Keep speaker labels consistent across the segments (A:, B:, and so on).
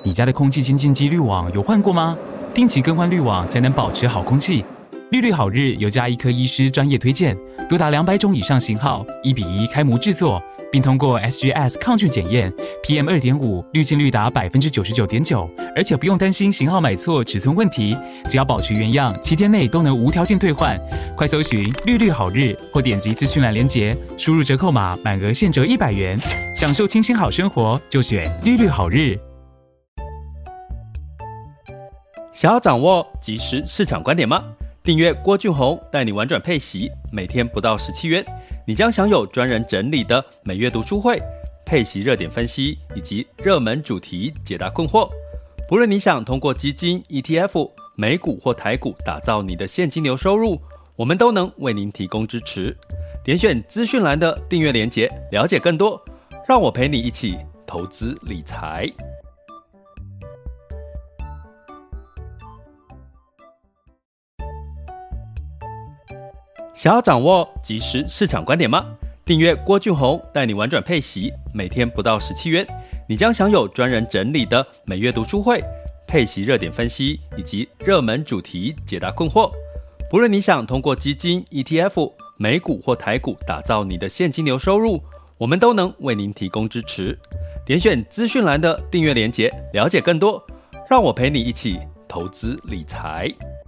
A: 你家的空气清净机滤网有换过吗？定期更换滤网才能保持好空气。绿绿好日由家医科医师专业推荐，多达200种以上型号，1:1开模制作，并通过 SGS 抗菌检验 ，PM2.5 滤净率达99.9%，而且不用担心型号买错、尺寸问题，只要保持原样，7天内都能无条件兑换。快搜寻绿绿好日，或点击资讯栏连结，输入折扣码，满额现折100元，享受清新好生活，就选绿绿好日。
B: 想要掌握即时市场观点吗？订阅郭俊宏带你玩转配息，每天不到17元，你将享有专人整理的每月读书会、配息热点分析以及热门主题解答困惑。不论你想通过基金、ETF、美股或台股打造你的现金流收入，我们都能为您提供支持。点选资讯栏的订阅连结，了解更多。让我陪你一起投资理财。想要掌握即时市场观点吗？订阅郭俊宏带你玩转配息，每天不到17元，你将享有专人整理的每月读书会、配息热点分析以及热门主题解答困惑。不论你想通过基金、ETF、美股或台股打造你的现金流收入，我们都能为您提供支持。点选资讯栏的订阅连结，了解更多。让我陪你一起投资理财。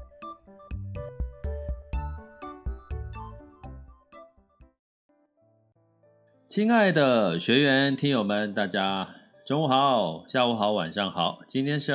B: 亲爱的学员、听友们，大家中午好、下午好、晚上好。今天是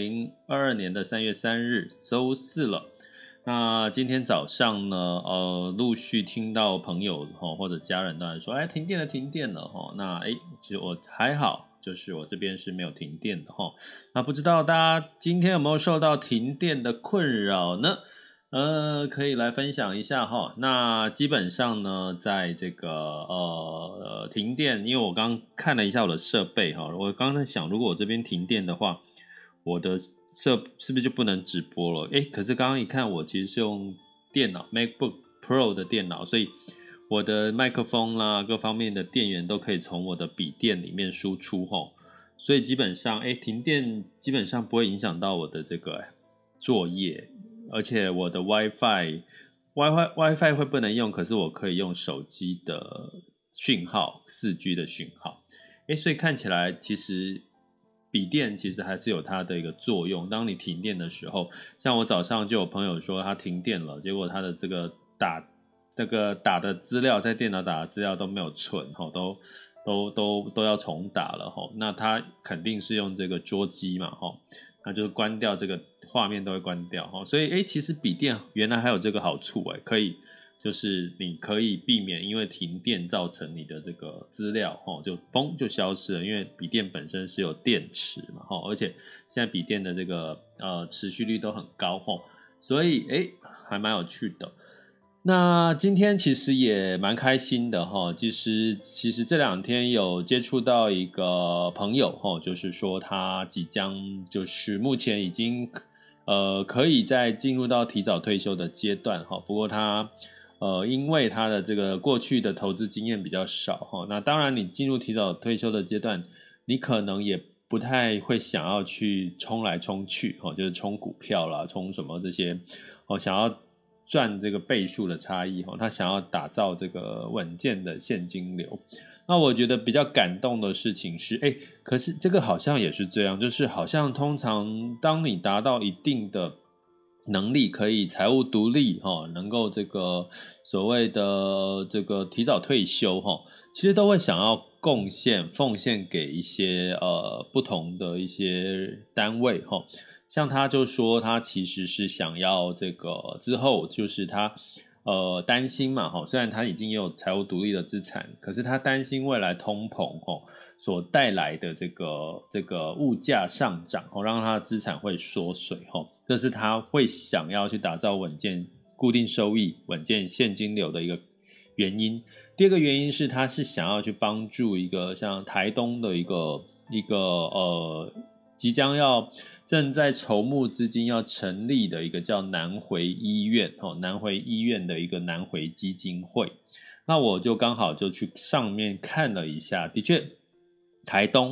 B: 2022年的3月3日，周四了。那今天早上呢，陆续听到朋友或者家人都来说，停电了那其实我还好，就是我这边是没有停电的那不知道大家今天有没有受到停电的困扰呢？可以来分享一下那基本上呢，在这个停电，因为我刚看了一下我的设备我刚才想，如果我这边停电的话，我的是不是就不能直播了？可是刚刚一看，我其实是用电脑 MacBook Pro 的电脑，所以我的麦克风啦，各方面的电源都可以从我的笔电里面输出所以基本上停电基本上不会影响到我的这个作业。而且我的 WiFi 会不能用，可是我可以用手机的讯号 4G 的讯号所以看起来其实笔电其实还是有它的一个作用。当你停电的时候，像我早上就有朋友说他停电了，结果他的这个打的资料，在电脑打的资料都没有存都要重打了那他肯定是用这个桌机嘛那就是关掉这个画面都会关掉所以其实笔电原来还有这个好处可以就是你可以避免因为停电造成你的这个资料就嘣就消失了，因为笔电本身是有电池嘛而且现在笔电的这个持续率都很高所以还蛮有趣的。那今天其实也蛮开心的其实这2天有接触到一个朋友就是说他即将就是目前已经可以再进入到提早退休的阶段不过他因为他的这个过去的投资经验比较少那当然你进入提早退休的阶段，你可能也不太会想要去冲来冲去就是冲股票啦，冲什么这些想要赚这个倍数的差异他想要打造这个稳健的现金流。那我觉得比较感动的事情是可是这个好像也是这样，就是好像通常当你达到一定的能力，可以财务独立能够这个所谓的这个提早退休其实都会想要奉献给一些不同的一些单位像他就说他其实是想要这个之后就是他担心嘛虽然他已经有财务独立的资产，可是他担心未来通膨所带来的这个物价上涨让他的资产会缩水这是他会想要去打造稳健固定收益、稳健现金流的一个原因。第二个原因是他是想要去帮助一个像台东的一个即将正在筹募资金要成立的一个叫南回医院南回医院的一个南回基金会。那我就刚好就去上面看了一下，的确台东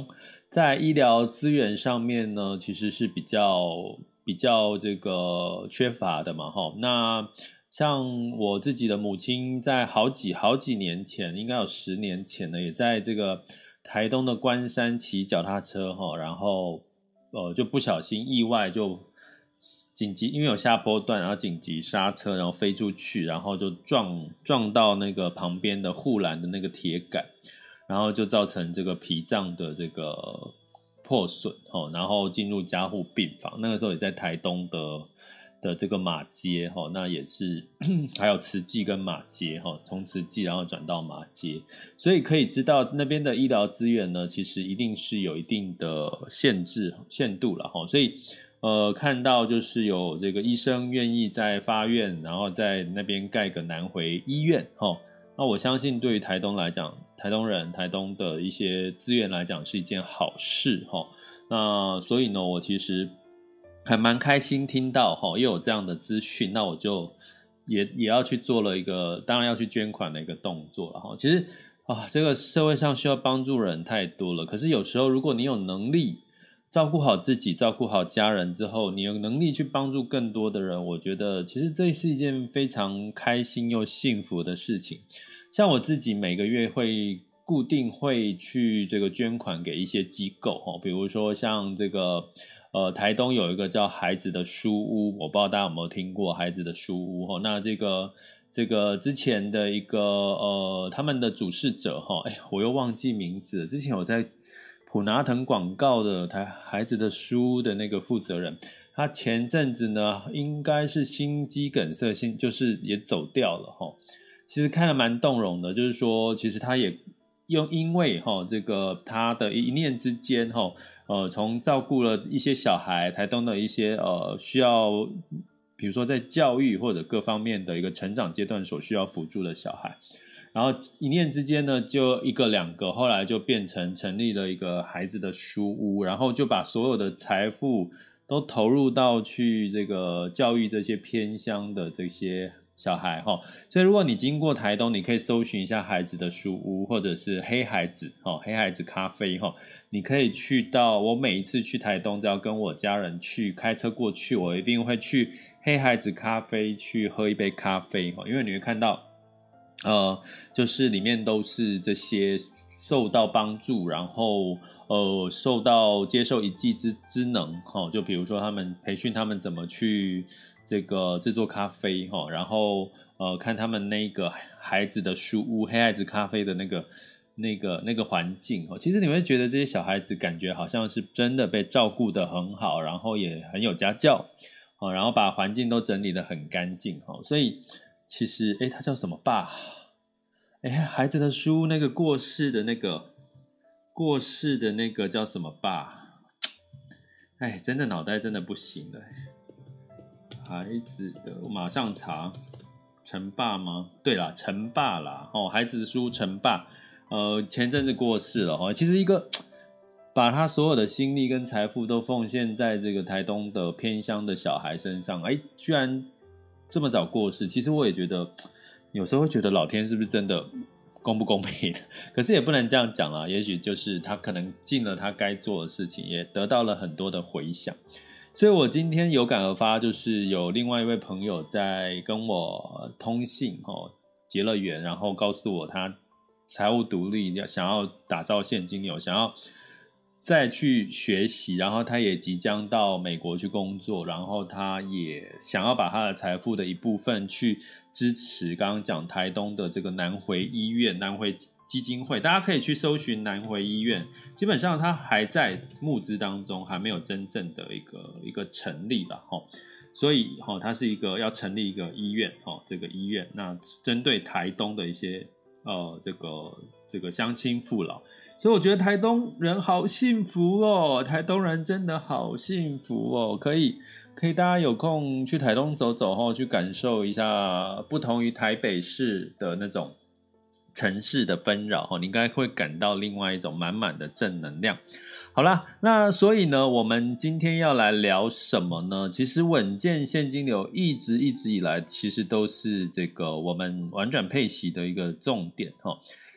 B: 在医疗资源上面呢，其实是比较这个缺乏的嘛，哈。那像我自己的母亲，在好几年前，应该有10年前呢，也在这个台东的关山骑脚踏车哈，然后就不小心意外就紧急，因为有下坡段，然后紧急刹车，然后飞出去，然后就撞到那个旁边的护栏的那个铁杆，然后就造成这个脾脏的这个破损哦，然后进入加护病房。那个时候也在台东的这个马街哈，那也是还有慈济跟马街哈，从慈济然后转到马街，所以可以知道那边的医疗资源呢，其实一定是有一定的限度了哈，所以看到就是有这个医生愿意在发院，然后在那边盖个南回医院哈，那我相信对于台东来讲，台东的一些资源来讲是一件好事哈，那所以呢，我其实还蛮开心听到又有这样的资讯，那我就也要去做了一个，当然要去捐款的一个动作了哈。其实这个社会上需要帮助人太多了，可是有时候如果你有能力照顾好自己，照顾好家人之后，你有能力去帮助更多的人，我觉得其实这是一件非常开心又幸福的事情。像我自己每个月会固定会去这个捐款给一些机构比如说像这个台东有一个叫孩子的书屋，我不知道大家有没有听过孩子的书屋那这个之前的一个他们的主事者我又忘记名字了，之前我在普拿腾广告的孩子的书屋的那个负责人，他前阵子呢应该是心肌梗塞就是也走掉了其实看了蛮动容的，就是说其实他也因为这个他的一念之间从照顾了一些小孩，台东的一些需要比如说在教育或者各方面的一个成长阶段所需要辅助的小孩，然后一念之间呢就一个两个，后来就变成成立了一个孩子的书屋，然后就把所有的财富都投入到去这个教育这些偏乡的这些小孩所以如果你经过台东，你可以搜寻一下孩子的书屋，或者是黑孩子黑孩子咖啡你可以去到，我每一次去台东只要跟我家人去开车过去，我一定会去黑孩子咖啡去喝一杯咖啡因为你会看到就是里面都是这些受到帮助，然后接受一技之能就比如说他们培训他们怎么去这个制作咖啡然后看他们那个孩子的书屋黑孩子咖啡的那个环境其实你会觉得这些小孩子感觉好像是真的被照顾得很好，然后也很有家教然后把环境都整理得很干净所以其实他叫什么爸孩子的书那个过世的那个叫什么爸真的脑袋真的不行了孩子的我马上查，陈爸吗？对啦，陈爸啦孩子的书陈爸前阵子过世了其实一个把他所有的心力跟财富都奉献在这个台东的偏乡的小孩身上居然这么早过世，其实我也觉得有时候会觉得老天是不是真的公不公平可是也不能这样讲啦，也许就是他可能尽了他该做的事情，也得到了很多的回响。所以我今天有感而发，就是有另外一位朋友在跟我通信结了缘，然后告诉我他财务独立，想要打造现金流，想要再去学习，然后他也即将到美国去工作，然后他也想要把他的财富的一部分去支持刚刚讲台东的这个南回医院、南回基金会，大家可以去搜寻南回医院，基本上它还在募资当中，还没有真正的一个成立吧所以它是一个要成立一个医院这个医院那针对台东的一些这个乡亲父老，所以我觉得台东人好幸福台东人真的好幸福可以大家有空去台东走走去感受一下不同于台北市的那种城市的纷扰你应该会感到另外一种满满的正能量。好啦，那所以呢我们今天要来聊什么呢？其实稳健现金流一直以来其实都是这个我们玩转配息的一个重点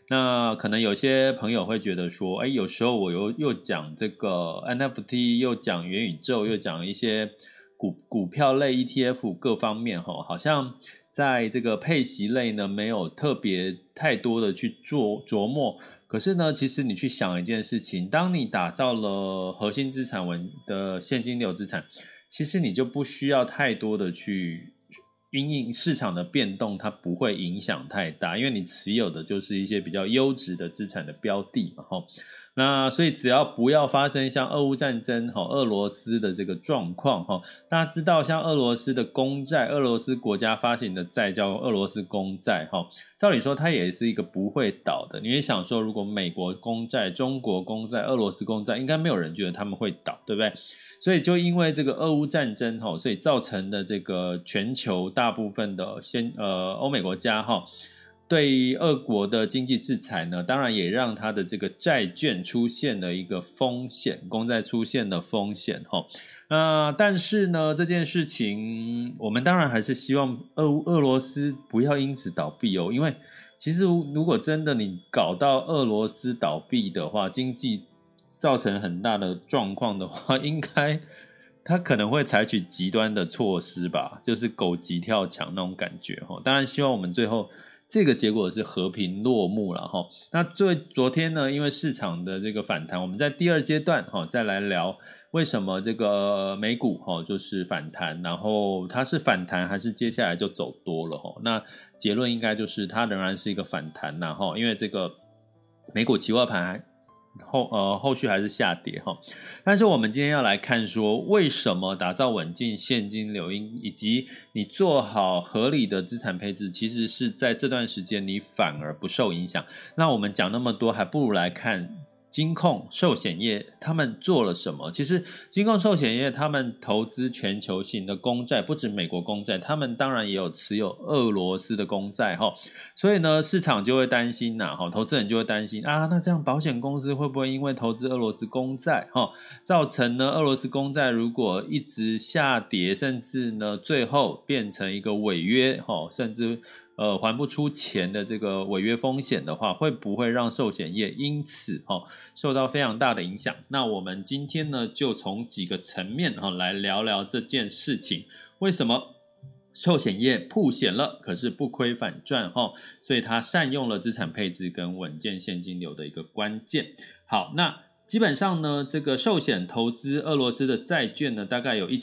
B: 那可能有些朋友会觉得说，有时候我又讲这个 NFT， 又讲元宇宙，又讲一些股票类 ETF 各方面好像在这个配息类呢没有特别太多的去做琢磨。可是呢，其实你去想一件事情，当你打造了核心资产的现金流资产，其实你就不需要太多的去因应市场的变动，它不会影响太大，因为你持有的就是一些比较优质的资产的标的嘛。那所以只要不要发生像俄乌战争俄罗斯的这个状况大家知道像俄罗斯的公债，俄罗斯国家发行的债叫俄罗斯公债照理说它也是一个不会倒的。你会想说，如果美国公债、中国公债、俄罗斯公债，应该没有人觉得他们会倒，对不对？所以就因为这个俄乌战争所以造成的这个全球大部分的欧美国家对俄国的经济制裁呢，当然也让它的这个债券出现了一个风险，公债出现了风险但是呢，这件事情我们当然还是希望俄罗斯不要因此倒闭因为其实如果真的你搞到俄罗斯倒闭的话，经济造成很大的状况的话，应该他可能会采取极端的措施吧，就是狗急跳墙那种感觉当然希望我们最后这个结果是和平落幕了那昨天呢，因为市场的这个反弹，我们在第二阶段再来聊为什么这个美股就是反弹，然后它是反弹还是接下来就走多了那结论应该就是它仍然是一个反弹因为这个美股期货盘后续还是下跌但是我们今天要来看说，为什么打造稳健现金流以及你做好合理的资产配置，其实是在这段时间你反而不受影响。那我们讲那么多，还不如来看金控寿险业他们做了什么。其实金控寿险业他们投资全球性的公债，不止美国公债，他们当然也有持有俄罗斯的公债所以呢，市场就会担心投资人就会担心那这样保险公司会不会因为投资俄罗斯公债造成呢俄罗斯公债如果一直下跌，甚至呢最后变成一个违约甚至还不出钱的这个违约风险的话，会不会让寿险业因此受到非常大的影响？那我们今天呢就从几个层面来聊聊这件事情，为什么寿险业曝险了，可是不亏反赚所以它善用了资产配置跟稳健现金流的一个关键。好，那基本上呢，这个寿险投资俄罗斯的债券呢，大概有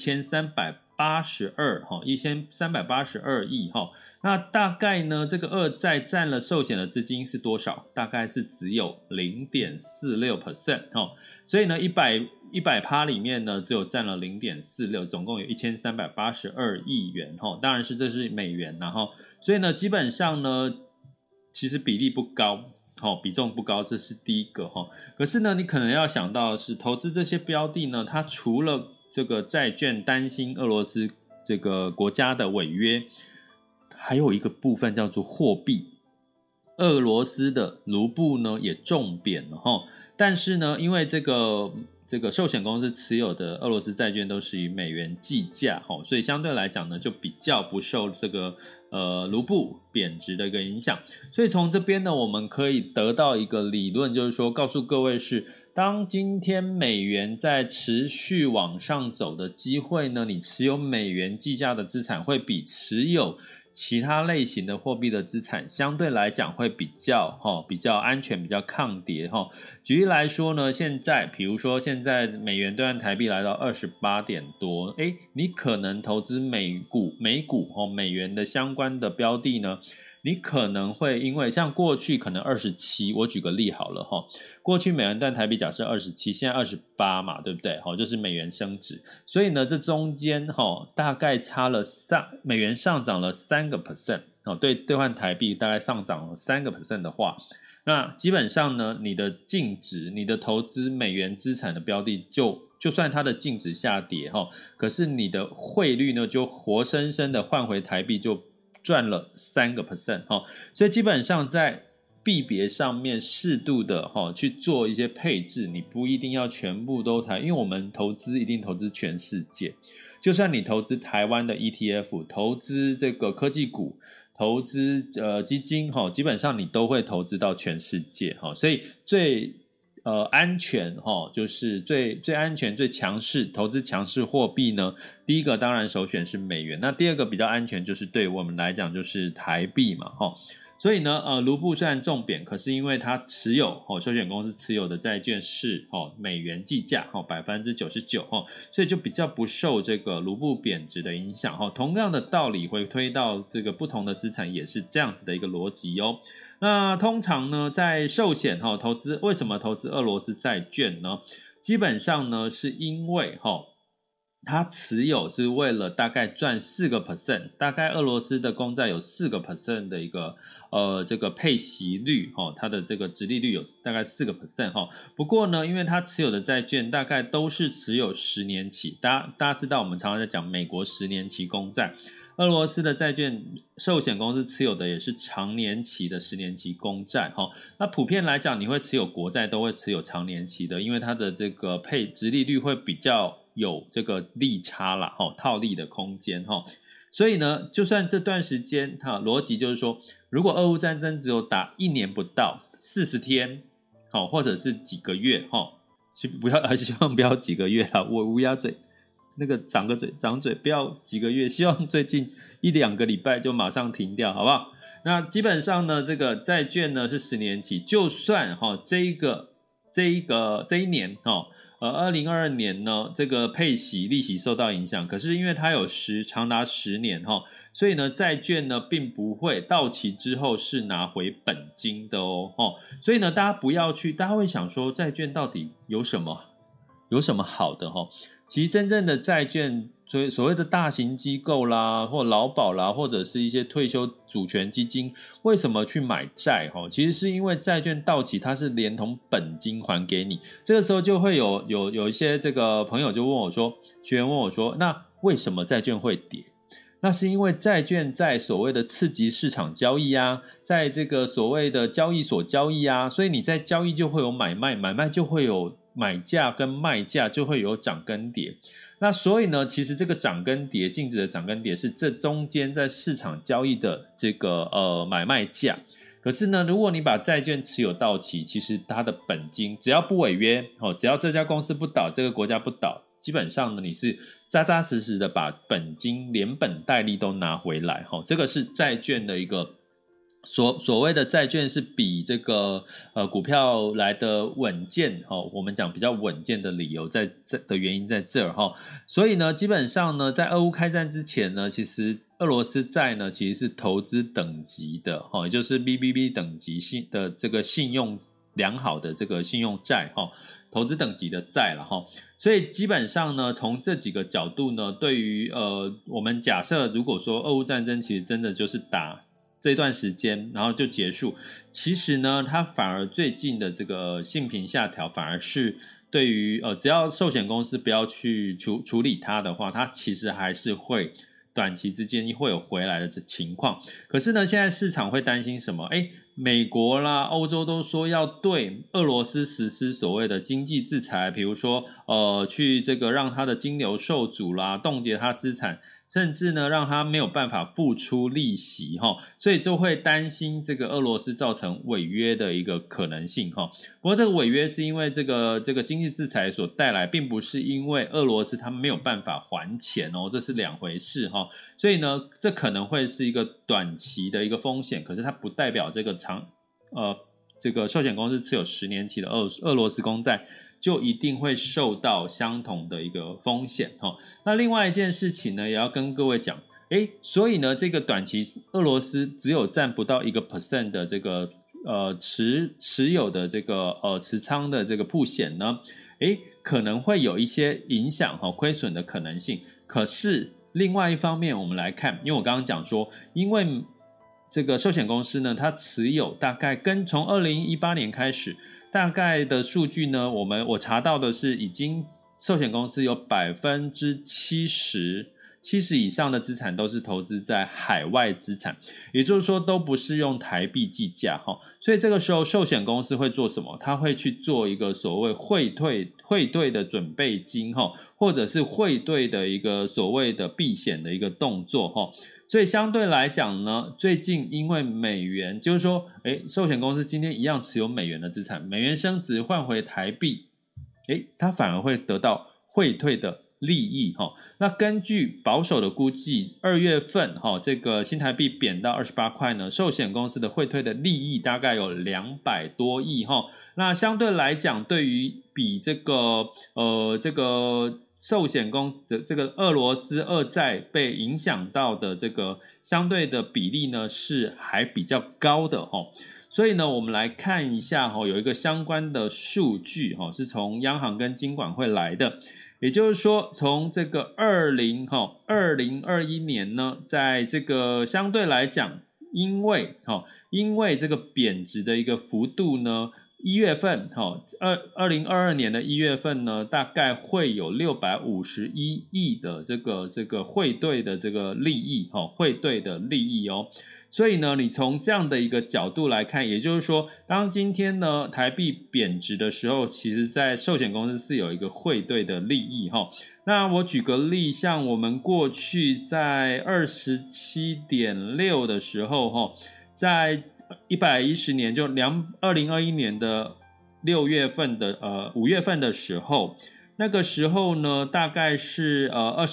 B: 1382亿那大概呢，这个俄债占了寿险的资金是多少？大概是只有 0.46% 所以呢100%里面呢只有占了 0.46%， 总共有1382亿元当然是这是美元所以呢基本上呢其实比例不高比重不高，这是第一个可是呢你可能要想到的是，投资这些标的呢，它除了这个债券担心俄罗斯这个国家的违约，还有一个部分叫做货币，俄罗斯的卢布呢也重贬了但是呢因为这个寿险公司持有的俄罗斯债券都是以美元计价所以相对来讲呢就比较不受这个卢布贬值的一个影响。所以从这边呢我们可以得到一个理论，就是说告诉各位是，当今天美元在持续往上走的机会呢，你持有美元计价的资产会比持有其他类型的货币的资产相对来讲会比较安全，比较抗跌举例来说呢，比如说现在美元兑换台币来到28点多，你可能投资美股美元的相关的标的呢，你可能会因为像过去可能27，我举个例好了过去美元兑台币假设27，现在28嘛，对不对就是美元升值，所以呢这中间大概差了美元上涨了3%兑换台币大概上涨了3% 的话，那基本上呢你的净值，你的投资美元资产的标的就算它的净值下跌可是你的汇率呢就活生生的换回台币就赚了3% 所以基本上在币别上面适度的去做一些配置，你不一定要全部都因为我们投资一定投资全世界，就算你投资台湾的 ETF， 投资这个科技股， 投资基金基本上你都会投资到全世界所以最安全就是最安全最强势投资强势货币呢，第一个当然首选是美元，那第二个比较安全就是对我们来讲就是台币嘛所以呢卢布虽然重贬，可是因为它持有寿险公司持有的债券是美元计价99%所以就比较不受这个卢布贬值的影响同样的道理会推到这个不同的资产也是这样子的一个逻辑那通常呢在寿险投资，为什么投资俄罗斯债券呢？基本上呢是因为它持有是为了大概赚4%，大概俄罗斯的公债有4% 的一个这个配息率它的这个殖利率有大概4% 不过呢因为它持有的债券大概都是持有10年期，大家知道我们常常在讲美国10年期公债，俄罗斯的债券寿险公司持有的也是长年期的10年期公债那普遍来讲你会持有国债都会持有长年期的，因为它的这个殖利率会比较有这个利差啦套利的空间所以呢就算这段时间逻辑就是说，如果俄乌战争只有打1年不到40天或者是几个月希望不要几个月啦，我乌鸦嘴那个长嘴不要几个月，希望最近1-2个礼拜就马上停掉好不好？那基本上呢这个债券呢是10年期，就算这一年2022年呢这个配息利息受到影响，可是因为它有长达10年所以呢债券呢并不会到期之后是拿回本金的所以呢大家会想说债券到底有什么好的其实真正的债券，所谓的大型机构啦或劳保啦或者是一些退休主权基金为什么去买债其实是因为债券到期它是连同本金还给你，这个时候就会有一些这个朋友就问我说，学员问我说，那为什么债券会跌？那是因为债券在所谓的次级市场交易在这个所谓的交易所交易所以你在交易就会有买卖，买卖就会有买价跟卖价，就会有涨跟跌。那所以呢其实这个涨跟跌，净值的涨跟跌是这中间在市场交易的这个买卖价。可是呢如果你把债券持有到期，其实它的本金只要不违约只要这家公司不倒，这个国家不倒，基本上呢你是扎扎实实的把本金连本带利都拿回来这个是债券的一个所谓的债券是比这个股票来的稳健我们讲比较稳健的理由的原因在这儿所以呢基本上呢在俄乌开战之前呢，其实俄罗斯债呢其实是投资等级的也就是 BBB 等级的这个信用良好的这个信用债投资等级的债了所以基本上呢从这几个角度呢，对于我们假设如果说俄乌战争其实真的就是打这段时间然后就结束，其实呢它反而最近的这个信评下调反而是对于只要寿险公司不要去处理它的话，它其实还是会短期之间会有回来的情况。可是呢现在市场会担心什么？美国啦欧洲都说要对俄罗斯实施所谓的经济制裁，比如说去这个让它的金流受阻啦，冻结它资产，甚至呢让他没有办法付出利息所以就会担心这个俄罗斯造成违约的一个可能性不过这个违约是因为这个经济制裁所带来，并不是因为俄罗斯他没有办法还钱这是两回事所以呢这可能会是一个短期的一个风险，可是它不代表这个这个寿险公司持有10年期的俄罗斯公债就一定会受到相同的一个风险那另外一件事情呢也要跟各位讲所以呢这个短期俄罗斯只有占不到1% 的这个持有的这个持仓的这个曝险呢可能会有一些影响亏损的可能性。可是另外一方面我们来看，因为我刚刚讲说因为这个寿险公司呢它持有大概从2018年开始大概的数据呢我查到的是已经寿险公司有70%以上的资产都是投资在海外资产，也就是说都不是用台币计价所以这个时候寿险公司会做什么？他会去做一个所谓汇兑的准备金或者是汇兑的一个所谓的避险的一个动作所以相对来讲呢，最近因为美元，就是说寿险公司今天一样持有美元的资产，美元升值换回台币，它反而会得到汇退的利益那根据保守的估计，2月份这个新台币贬到28块呢，寿险公司的汇退的利益大概有200多亿那相对来讲，对于比这个寿险公的这个俄罗斯2债被影响到的这个相对的比例呢，是还比较高的所以呢，我们来看一下有一个相关的数据是从央行跟金管会来的，也就是说，从这个2021年呢，在这个相对来讲，因为这个贬值的一个幅度呢，1月份2022年的1月份呢，大概会有651亿的这个汇兑的这个利益汇兑的利益所以呢，你从这样的一个角度来看，也就是说，当今天呢台币贬值的时候，其实在寿险公司是有一个汇兑的利益那我举个例，像我们过去在 27.6 的时候在110年就2021年的5月份的时候，那个时候呢，大概是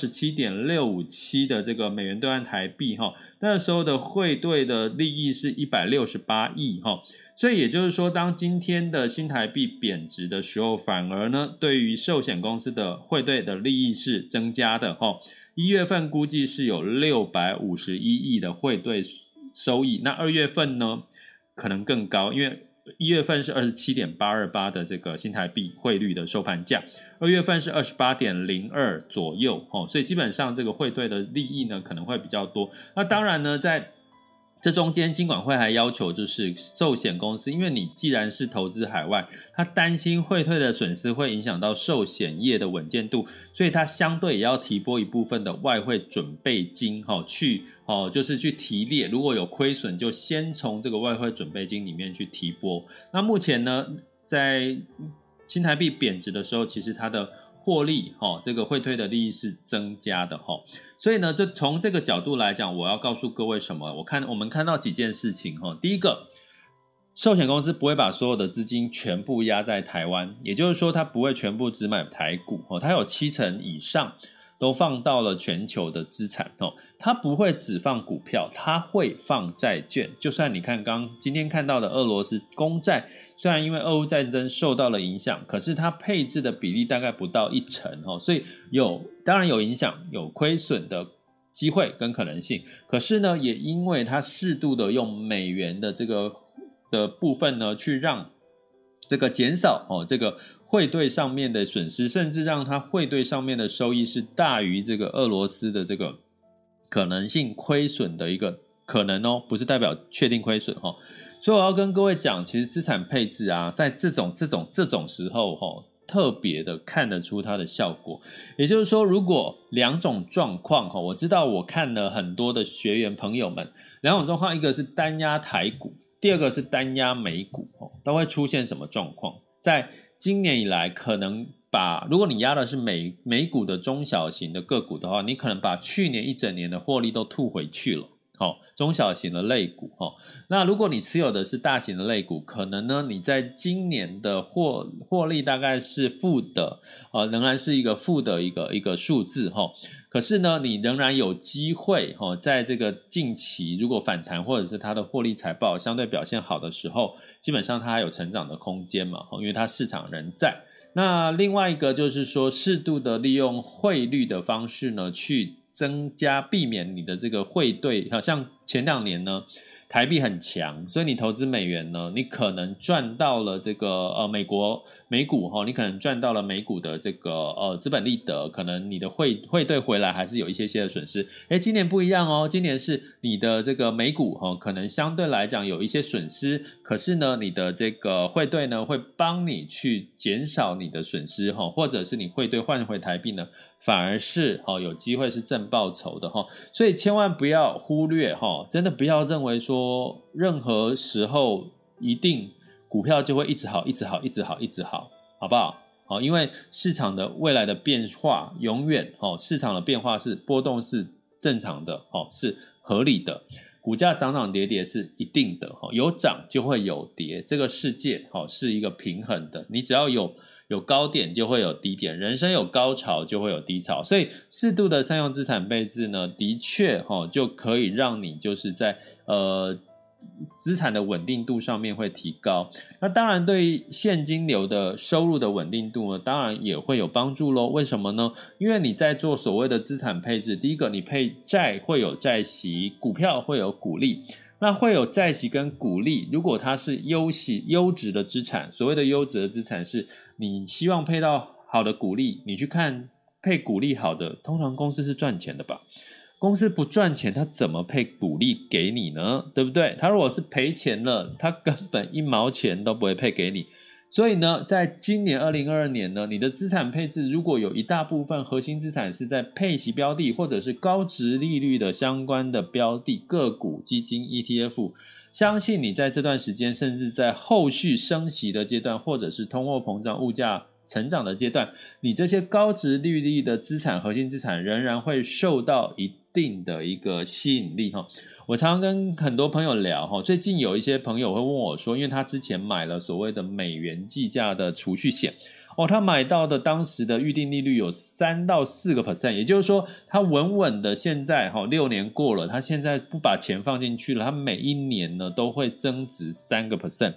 B: 27.657的这个美元兑换台币那时候的汇兑的利益是168亿所以也就是说，当今天的新台币贬值的时候，反而呢，对于寿险公司的汇兑的利益是增加的1月份估计是有651亿的汇兑收益，那2月份呢可能更高，因为1月份是 27.828 的这个新台币汇率的收盘价，2月份是 28.02 左右所以基本上这个汇兑的利益呢可能会比较多。那当然呢，在这中间金管会还要求就是寿险公司，因为你既然是投资海外，他担心汇退的损失会影响到寿险业的稳健度，所以他相对也要提拨一部分的外汇准备金就是去提列，如果有亏损就先从这个外汇准备金里面去提拨。那目前呢，在新台币贬值的时候，其实它的获利这个汇退的利益是增加的所以呢，从这个角度来讲，我要告诉各位什么？我们看到几件事情第一个，寿险公司不会把所有的资金全部压在台湾，也就是说，它不会全部只买台股它有70%以上都放到了全球的资产它不会只放股票，它会放债券。就算你看今天看到的俄罗斯公债，虽然因为俄乌战争受到了影响，可是它配置的比例大概不到1%所以当然有影响，有亏损的机会跟可能性。可是呢，也因为它适度的用美元的这个的部分呢，去让这个减少这个汇兑上面的损失，甚至让它汇兑上面的收益是大于这个俄罗斯的这个可能性亏损的一个可能不是代表确定亏损所以我要跟各位讲，其实资产配置啊，在这种时候特别的看得出它的效果。也就是说，如果两种状况我知道我看了很多的学员朋友们，两种状况，一个是单压台股，第二个是单压美股都会出现什么状况？在今年以来，可能如果你压的是美股的中小型的个股的话，你可能把去年一整年的获利都吐回去了中小型的类股那如果你持有的是大型的类股，可能呢你在今年的获利大概是负的仍然是一个负的一个数字可是呢你仍然有机会在这个近期如果反弹，或者是它的获利财报相对表现好的时候，基本上它还有成长的空间嘛因为它市场仍在。那另外一个就是说，适度的利用汇率的方式呢，去增加避免你的这个汇兑，像前2年呢台币很强，所以你投资美元呢，你可能赚到了这个美股你可能赚到了美股的这个资本利得，可能你的汇兑回来还是有一些的损失。今年不一样今年是你的这个美股可能相对来讲有一些损失，可是呢你的这个汇兑呢会帮你去减少你的损失或者是你汇兑换回台币呢反而是有机会是正报酬的所以千万不要忽略真的不要认为说任何时候一定股票就会一直好，好不好？因为市场的未来的变化永远市场的变化是波动是正常的是合理的，股价涨涨跌跌是一定的，有涨就会有跌，这个世界是一个平衡的，你只要有高点就会有低点，人生有高潮就会有低潮，所以适度的善用资产配置呢，的确就可以让你就是在资产的稳定度上面会提高，那当然对于现金流的收入的稳定度呢，当然也会有帮助咯。为什么呢？因为你在做所谓的资产配置，第一个你配债会有债息，股票会有股利，那会有债息跟股利，如果它是优质的资产，所谓的优质的资产是你希望配到好的股利，你去看配股利好的，通常公司是赚钱的吧？公司不赚钱，他怎么配股利给你呢？对不对？他如果是赔钱了，他根本1毛钱都不会配给你。所以呢，在今年2022年呢，你的资产配置如果有一大部分核心资产是在配息标的，或者是高殖利率的相关的标的，个股、基金、ETF， 相信你在这段时间，甚至在后续升息的阶段，或者是通货膨胀、物价成长的阶段，你这些高殖利率的资产、核心资产仍然会受到一定的一个吸引力。我常常跟很多朋友聊，最近有一些朋友会问我说，因为他之前买了所谓的美元计价的储蓄险，他买到的当时的预定利率有3到4%，也就是说他稳稳的现在6年过了，他现在不把钱放进去了，他每一年呢都会增值3%。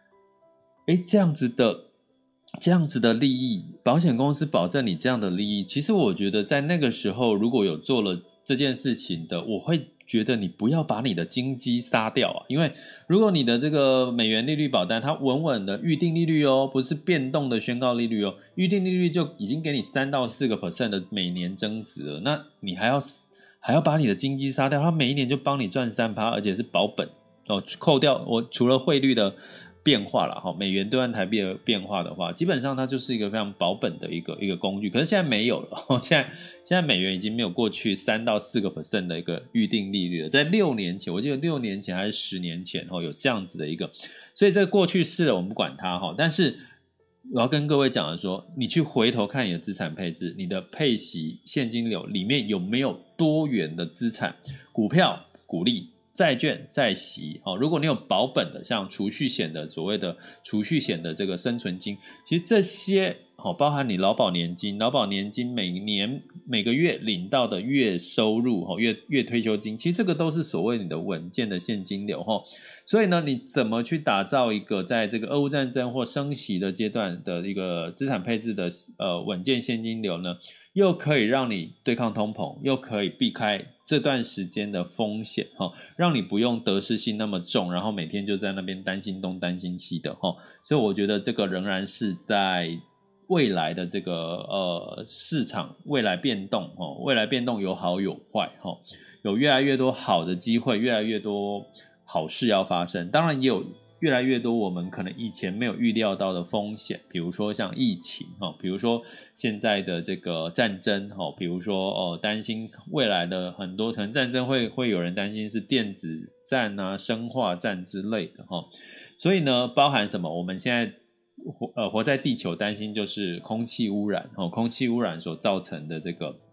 B: 这样子的利益，保险公司保证你这样的利益，其实我觉得在那个时候如果有做了这件事情的，我会觉得你不要把你的金鸡杀掉啊，因为如果你的这个美元利率保单它稳稳的预定利率不是变动的宣告利率预定利率就已经给你3到4% 的每年增值了，那你还要把你的金鸡杀掉，它每一年就帮你赚 3%， 而且是保本扣掉我除了汇率的变化啦，美元兑换台币的变化的话，基本上它就是一个非常保本的一个工具，可是现在没有了，现在美元已经没有过去3到4% 的一个预定利率了，在6年前，我记得6年前还是10年前有这样子的一个，所以这个过去式了，我们不管它但是我要跟各位讲的说，你去回头看你的资产配置，你的配息现金流里面有没有多元的资产，股票、股利、债券、债息如果你有保本的，像储蓄险的所谓的储蓄险的这个生存金，其实这些包含你劳保年金每个月领到的月收入月退休金，其实这个都是所谓你的稳健的现金流所以呢，你怎么去打造一个在这个俄乌战争或升息的阶段的一个资产配置的稳健现金流呢？又可以让你对抗通膨，又可以避开这段时间的风险让你不用得失心那么重，然后每天就在那边担心东担心西的所以我觉得这个仍然是在未来的这个市场未来变动有好有坏有越来越多好的机会，越来越多好事要发生，当然也有越来越多我们可能以前没有预料到的风险，比如说像疫情比如说现在的这个战争比如说担心未来的很多可能战争会有人担心是电子战啊、生化战之类的所以呢，包含什么？我们现在活在地球担心就是空气污染空气污染所造成的这个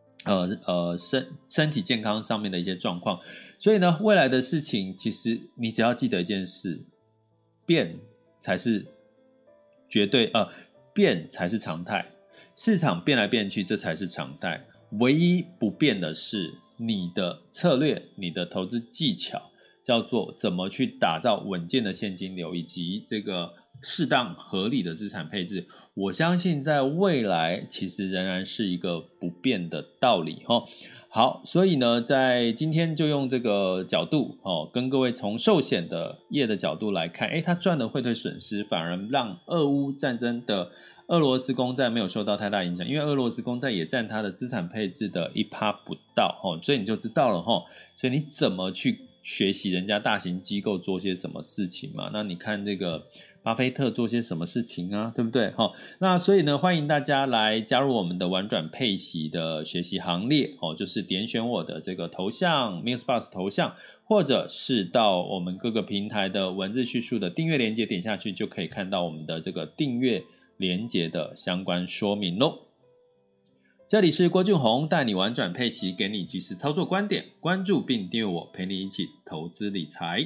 B: 身体健康上面的一些状况，所以呢，未来的事情其实你只要记得一件事，变才是绝对变才是常态，市场变来变去这才是常态，唯一不变的是你的策略，你的投资技巧，叫做怎么去打造稳健的现金流以及这个适当合理的资产配置，我相信在未来其实仍然是一个不变的道理好，所以呢，在今天就用这个角度跟各位从寿险的业的角度来看，它赚的汇兑损失，反而让俄乌战争的俄罗斯公债没有受到太大影响，因为俄罗斯公债也占它的资产配置的1%不到所以你就知道了所以你怎么去学习人家大型机构做些什么事情嘛？那你看这个巴菲特做些什么事情啊，对不对那所以呢，欢迎大家来加入我们的玩转配息的学习行列就是点选我的这个头像 MixBox 头像，或者是到我们各个平台的文字叙述的订阅连结点下去，就可以看到我们的这个订阅连结的相关说明咯。 这里是郭俊宏，带你玩转配息，给你及时操作观点，关注并订阅我，陪你一起投资理财。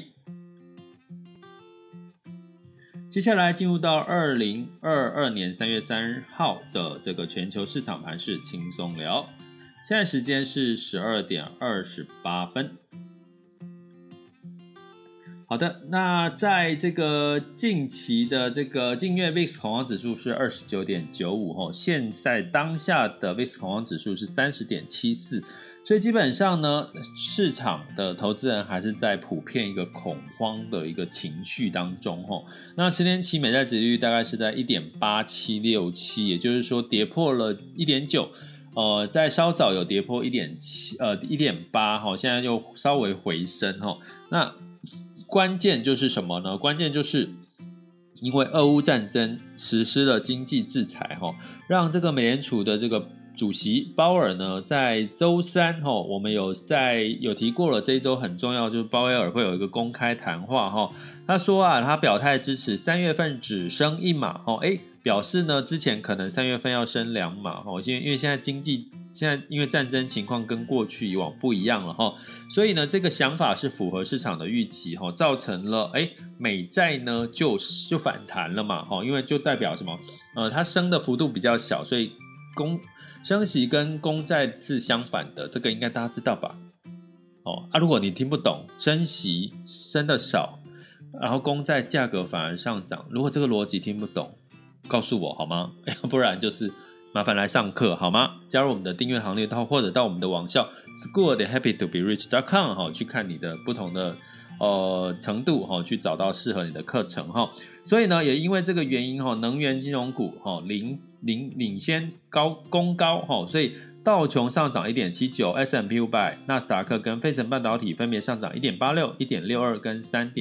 B: 接下来进入到2022年3月3号的这个全球市场盘势轻松聊，现在时间是12点28分。好的，那在这个近期的这个近月 VIX 恐慌指数是 29.95 现在当下的 VIX 恐慌指数是 30.74， 所以基本上呢，市场的投资人还是在普遍一个恐慌的一个情绪当中。那10年期美债殖利率大概是在 1.8767， 也就是说跌破了 1.9，在稍早有跌破 1.8， 现在又稍微回升。那关键就是什么呢？关键就是因为俄乌战争实施了经济制裁，让这个美联储的这个主席鲍尔呢，在周三我们有提过了，这一周很重要，就是鲍威尔会有一个公开谈话。他说他表态支持3月份只升1码，表示呢之前可能3月份要升2码，因为现在因为战争情况跟过去以往不一样了，所以呢这个想法是符合市场的预期，造成了美债呢就反弹了嘛，因为就代表什么？它升的幅度比较小，所以升息跟公债是相反的，这个应该大家知道吧？如果你听不懂，升息升的少，然后公债价格反而上涨，如果这个逻辑听不懂，告诉我好吗？要不然就是麻烦来上课好吗？加入我们的订阅行列，或者到我们的网校 school.happytoberich.com 去看你的不同的程度去找到适合你的课程。所以呢，也因为这个原因能源金融股领先攻高，所以道琼上涨 1.79， S&P 500、纳斯达克跟费城半导体分别上涨 1.86、1.62 跟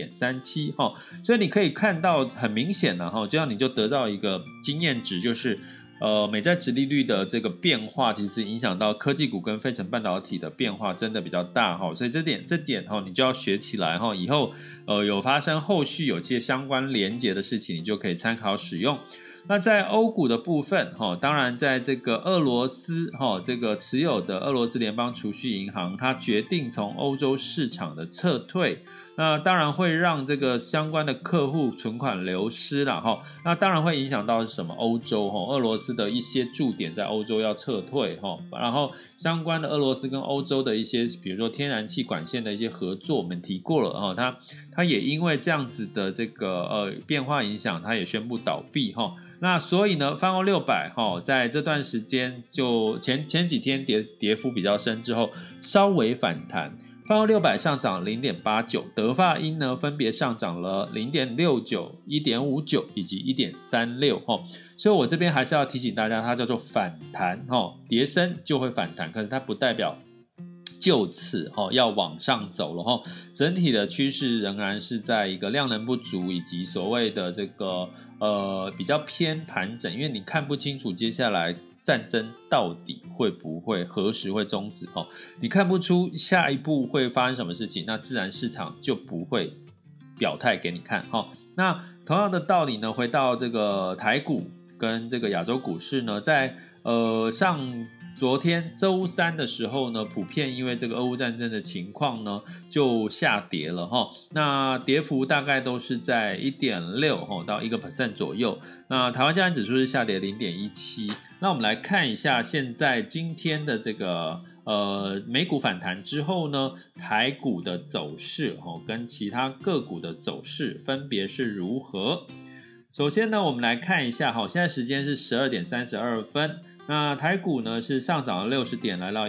B: 3.37。所以你可以看到很明显这样你就得到一个经验值，就是美债殖利率的这个变化其实影响到科技股跟费城半导体的变化真的比较大，所以这点你就要学起来，以后有发生后续有些相关连结的事情，你就可以参考使用。那在欧股的部分，当然在这个俄罗斯这个持有的俄罗斯联邦储蓄银行，它决定从欧洲市场的撤退，那当然会让这个相关的客户存款流失啦，那当然会影响到什么？欧洲俄罗斯的一些驻点在欧洲要撤退，然后相关的俄罗斯跟欧洲的一些比如说天然气管线的一些合作，我们提过了，它也因为这样子的这个变化影响，它也宣布倒闭。那所以呢，泛欧600在这段时间就前几天跌幅比较深之后稍微反弹，泛欧600上涨 0.89， 德法英呢分别上涨了 0.69、 1.59 以及 1.36。 所以我这边还是要提醒大家，它叫做反弹，跌深就会反弹，可是它不代表就此要往上走了，整体的趋势仍然是在一个量能不足以及所谓的这个比较偏盘整，因为你看不清楚接下来战争到底何时会终止，你看不出下一步会发生什么事情，那自然市场就不会表态给你看。那同样的道理呢，回到这个台股跟这个亚洲股市呢，在昨天周三的时候呢，普遍因为这个俄乌战争的情况呢，就下跌了那跌幅大概都是在 1.6% 到 1% 左右。那台湾加权指数是下跌 0.17。那我们来看一下现在今天的这个美股反弹之后呢，台股的走势跟其他个股的走势分别是如何。首先呢，我们来看一下现在时间是12点32分。那台股呢是上涨了60点，来到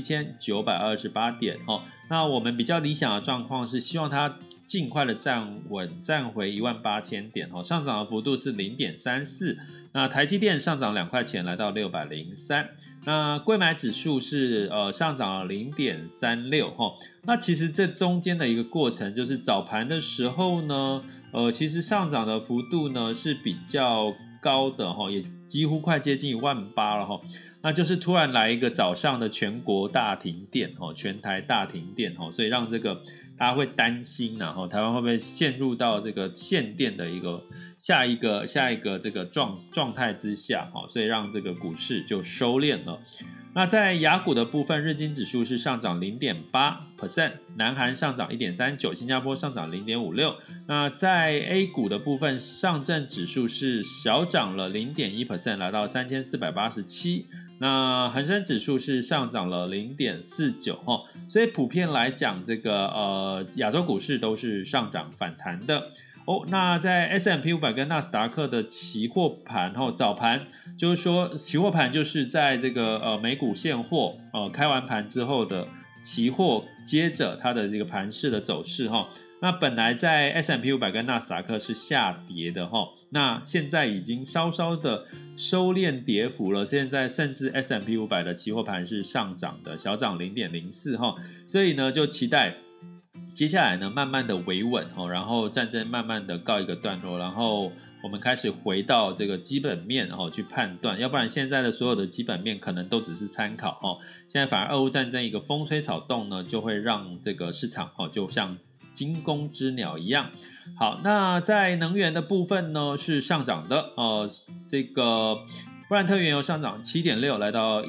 B: 17928点。那我们比较理想的状况是希望它尽快的站回18000点，上涨的幅度是 0.34。那台积电上涨2块钱，来到603。那柜买指数是上涨了 0.36。那其实这中间的一个过程，就是早盘的时候呢，其实上涨的幅度呢是比较高的，也几乎快接近18000了。那就是突然来一个早上的全国大停电，全台大停电，所以让这个大家会担心，然后台湾会不会陷入到这个限电的一个下一个这个状态之下，所以让这个股市就收敛了。 那在亚股的部分，日经指数是上涨 0.8%， 南韩上涨 1.39%， 新加坡上涨 0.56%。那在 A 股的部分，上证指数是小涨了 0.1%， 来到3487。那恒生指数是上涨了 0.49%， 所以普遍来讲，这个亚洲股市都是上涨反弹的。那在 S&P 500跟纳斯达克的期货盘早盘，就是说期货盘就是在这个美股现货开完盘之后的期货，接着它的这个盘势的走势那本来在 S&P 500跟纳斯达克是下跌的那现在已经稍稍的收敛跌幅了，现在甚至 S&P 500的期货盘是上涨的，小涨 0.04%所以呢就期待接下来呢，慢慢的维稳然后战争慢慢的告一个段落，然后我们开始回到这个基本面去判断，要不然现在的所有的基本面可能都只是参考现在反而俄乌战争一个风吹草动呢，就会让这个市场就像惊弓之鸟一样。好，那在能源的部分呢是上涨的这个布兰特原油上涨 7.6%， 来到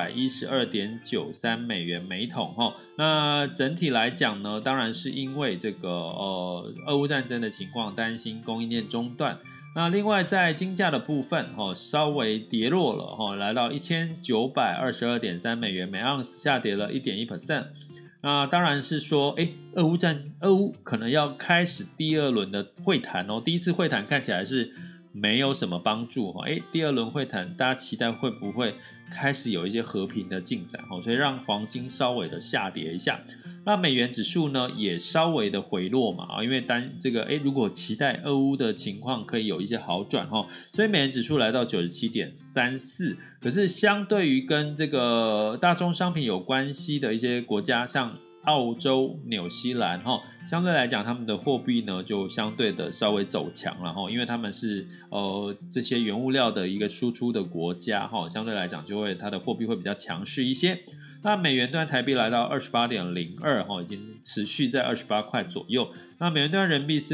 B: 112.93 美元每桶那整体来讲呢，当然是因为这个俄乌战争的情况，担心供应链中断。那另外在金价的部分稍微跌落了来到 1922.3 美元每盎司，下跌了 1.1%。那当然是说俄乌可能要开始第二轮的会谈第一次会谈看起来是没有什么帮助第二轮会谈大家期待会不会开始有一些和平的进展所以让黄金稍微的下跌一下。那美元指数呢也稍微的回落嘛因为这个如果期待俄乌的情况可以有一些好转所以美元指数来到 97.34。 可是相对于跟这个大宗商品有关系的一些国家，像澳洲、纽西兰相对来讲他们的货币呢就相对的稍微走强了因为他们是这些原物料的一个输出的国家相对来讲就会它的货币会比较强势一些。那美元兑台币来到 28.02 已经持续在28块左右。那美元兑人民币是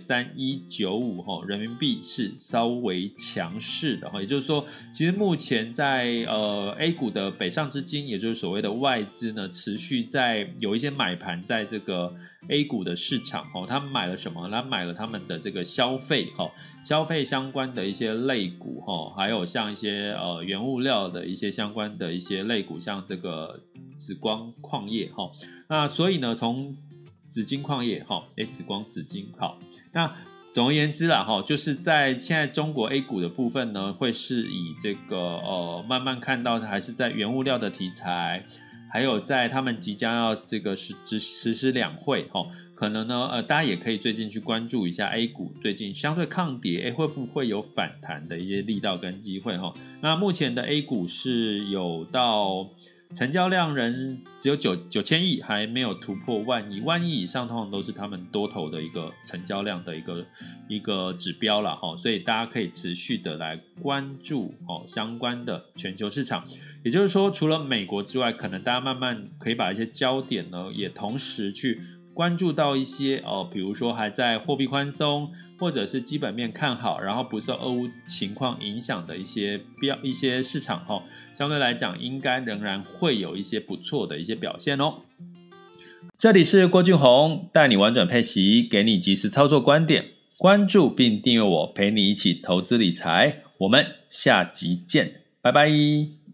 B: 6.3195 人民币是稍微强势的也就是说其实目前在A 股的北上资金，也就是所谓的外资呢，持续在有一些买盘在这个 A 股的市场他们买了什么？他们买了他们的这个消费相关的一些类股还有像一些原物料的一些相关的一些类股，像这个紫光矿业那所以呢从紫金矿业紫光紫金好，那总而言之啦就是在现在中国 A 股的部分呢，会是以这个慢慢看到还是在原物料的题材，还有在他们即将要这个实施两会可能呢大家也可以最近去关注一下 A 股最近相对抗跌会不会有反弹的一些力道跟机会那目前的 A 股是有到成交量人只有9000亿，还没有突破万亿，万亿以上通常都是他们多头的一个成交量的一个指标啦所以大家可以持续的来关注相关的全球市场。也就是说除了美国之外，可能大家慢慢可以把一些焦点呢也同时去关注到一些比如说还在货币宽松或者是基本面看好，然后不受俄乌情况影响的一些市场相对来讲应该仍然会有一些不错的一些表现这里是郭俊宏，带你玩转配息，给你及时操作观点，关注并订阅我，陪你一起投资理财。我们下集见，拜拜。